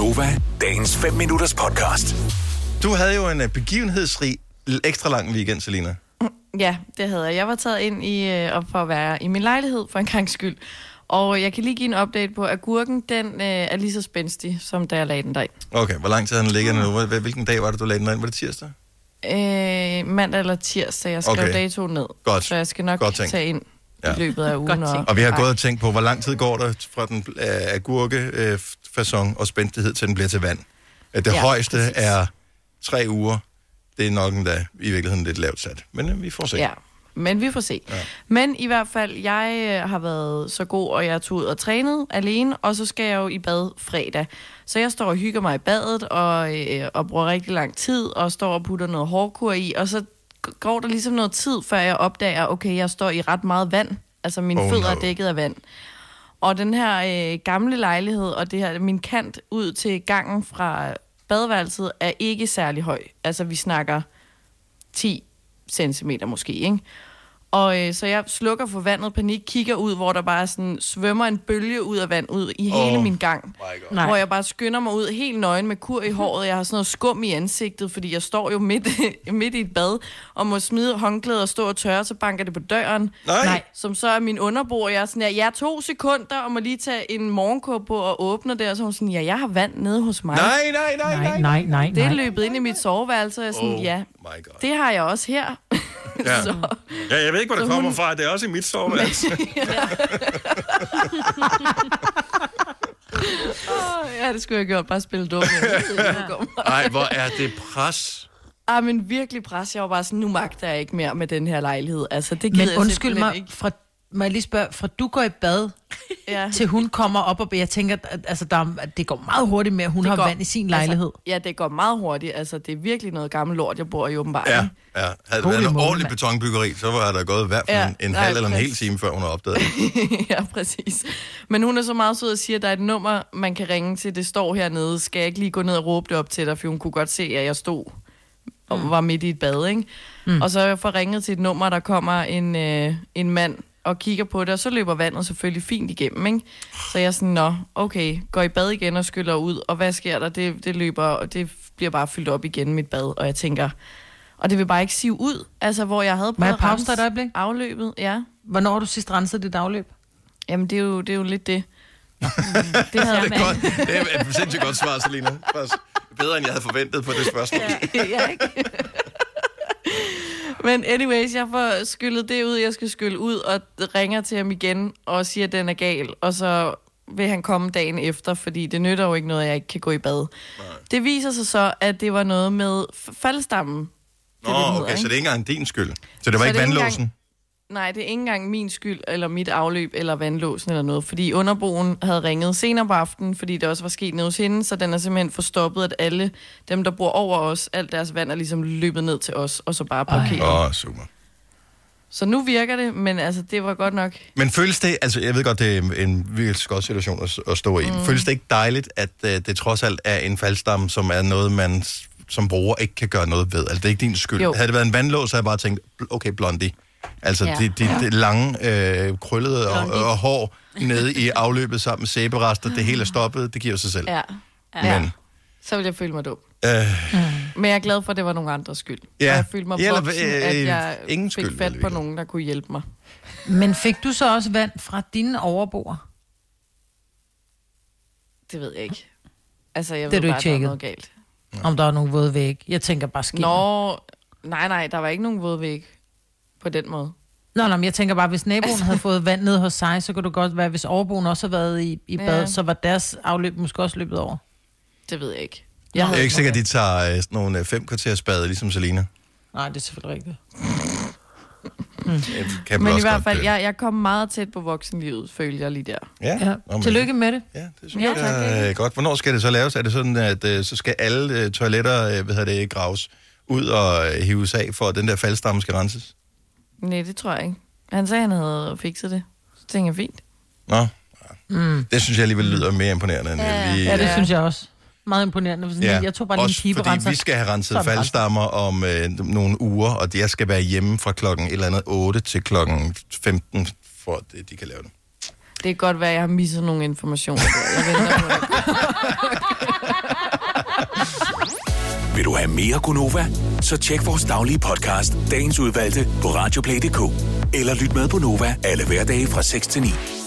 Gonova, dagens 5 minutters podcast. Du havde jo en begivenhedsrig, ekstra lang weekend, Selina. Ja, det havde jeg. Jeg var taget ind op for at være i min lejlighed for en gangs skyld. Og jeg kan lige give en update på, at gurken, den er lige så spændstig, som da jeg lagde den derind. Okay, hvor lang tid har den ligget nu? Hvilken dag var det, du lagde den derind? Var det tirsdag? Mandag eller tirsdag. Jeg skrev datoen ned. Godt. Så jeg skal nok tage ind i løbet af ugen. Og vi har gået og tænkt på, hvor lang tid går der fra den agurkefasson og spændstighed, til den bliver til vand. Det højeste er 3 uger. Det er nok endda i virkeligheden lidt lavt sat. Men vi får se. Ja, men vi får se. Ja. Men i hvert fald, jeg har været så god, og jeg tog ud og trænet alene, og så skal jeg jo i bad fredag. Så jeg står og hygger mig i badet, og bruger rigtig lang tid, og står og putter noget hårdkur i, og så går der ligesom noget tid, før jeg opdager, okay, jeg står i ret meget vand. Altså mine fødder er dækket af vand. Og den her gamle lejlighed, og det her, min kant ud til gangen fra badeværelset, er ikke særlig høj. Altså vi snakker 10 centimeter måske, ikke? Og så jeg slukker for vandet, panik, kigger ud, hvor der bare sådan svømmer en bølge ud af vand ud i hele min gang. Hvor jeg bare skynder mig ud helt nøgen med kur i håret. Jeg har sådan noget skum i ansigtet, fordi jeg står jo midt i et bad og må smide håndklæder og stå og tørre, så banker det på døren. Nej. Som så er min underbo, og jeg er sådan, jeg er 2 sekunder og må lige tage en morgenkåbe på og åbne det, og så er hun sådan, jeg har vand nede hos mig. Nej. Det er løbet ind i mit soveværelse, og jeg er sådan, det har jeg også her. Ja. Jeg ved ikke, hvor det kommer fra. Det er også i mit soveværelse. Ja, det skulle jeg gjort. Bare spille dumt. Nej, hvor er det pres. Men virkelig pres. Jeg var bare sådan, nu magter jeg ikke mere med den her lejlighed. Altså, det gider men undskyld mig, må jeg lige spørge, fra du går i bad, til hun kommer op, og jeg tænker, at altså, det går meget hurtigt med, at hun har vand i sin lejlighed. Altså, ja, det går meget hurtigt. Altså, det er virkelig noget gammelt lort, jeg bor i åbenbart. Ja. Havde det været en ordentlig betonbyggeri, så var der gået i hvert fald en halv eller en hel time, før hun har opdaget det. Ja, præcis. Men hun er så meget sød og siger, at der er et nummer, man kan ringe til. Det står hernede. Skal jeg ikke lige gå ned og råbe det op til dig? For hun kunne godt se, at jeg stod og var midt i et bad, ikke? Og så får jeg ringet til et nummer, der kommer en mand og kigger på det, og så løber vandet selvfølgelig fint igennem, ikke? Så jeg er sådan, okay, går i bad igen og skyller ud, og hvad sker der? Det løber, og det bliver bare fyldt op igen, mit bad, og jeg tænker, og det vil bare ikke sive ud, altså hvor jeg havde prøvet at rense afløbet, Hvornår har du sidst renset dit afløb? Jamen, det er jo lidt det. Det er et sindssygt godt svar, Selina. Bedre, end jeg havde forventet på det spørgsmål. Ja, ikke? Men anyways, jeg får skyllet det ud, jeg skal skylle ud, og ringer til ham igen og siger, at den er gal. Og så vil han komme dagen efter, fordi det nytter jo ikke noget, at jeg ikke kan gå i bad. Nej. Det viser sig så, at det var noget med faldstammen. Okay, så det er ikke engang din skyld. Så det var ikke vandlåsen? Nej, det er ikke engang min skyld, eller mit afløb, eller vandlåsen eller noget. Fordi underboen havde ringet senere på aftenen, fordi det også var sket nede hos hende, så den er simpelthen forstoppet, at alle dem, der bor over os, alt deres vand er ligesom løbet ned til os, og så bare blokeret. Super. Så nu virker det, men altså, det var godt nok. Men føles det, altså jeg ved godt, det er en virkelig godt situation at stå i. Føles det ikke dejligt, at det trods alt er en faldstamme, som er noget, man som bruger ikke kan gøre noget ved? Altså det er ikke din skyld. Jo. Havde det været en vandlås, så havde jeg bare tænkt, okay, Blondie. Altså de lange, krøllede og hår nede i afløbet sammen med sæberester, det hele er stoppet, det giver sig selv. Ja. Men så ville jeg føle mig dum. Men jeg er glad for, at det var nogen andres skyld. Ja. Og jeg følte mig voksen, at jeg fik fat på nogen, der kunne hjælpe mig. Men fik du så også vand fra dine overboer? Det ved jeg ikke. Altså, jeg ved bare, at der er noget galt. Om der er nogen våde væg. Jeg tænker bare Nej, der var ikke nogen våde væg. På den måde. Men jeg tænker bare, hvis naboen havde fået vand ned hos sig, så kunne det godt være, hvis overboen også havde været i bad, så var deres afløb måske også løbet over. Det ved jeg ikke. Jeg er ikke sikker, at de tager sådan nogle 5 kvarters bade, ligesom Selina. Nej, det er selvfølgelig rigtigt. Men i hvert fald, jeg kom meget tæt på voksenlivet, følte jeg lige der. Ja. Tillykke med det. Ja, det synes jeg er godt. Hvornår skal det så laves? Er det sådan, at så skal alle toiletter graves ud og hives af, for at den der faldstamme skal renses? Nej, det tror jeg ikke. Han sagde, han havde fikset det. Så tænkte jeg, fint. Nå, det synes jeg alligevel lyder mere imponerende, end Ja, det synes jeg også. Meget imponerende. Jeg tog bare lige en piberenser. Fordi vi skal have renset faldstammer om nogle uger, og jeg skal være hjemme fra klokken 8 til klokken 15, for at de kan lave det. Det kan godt være, at jeg har misset nogle informationer. Jeg venter på det. Vil du have mere Gunova? Så tjek vores daglige podcast, dagens udvalgte, på radioplay.dk. Eller lyt med på Nova alle hverdage fra 6 til 9.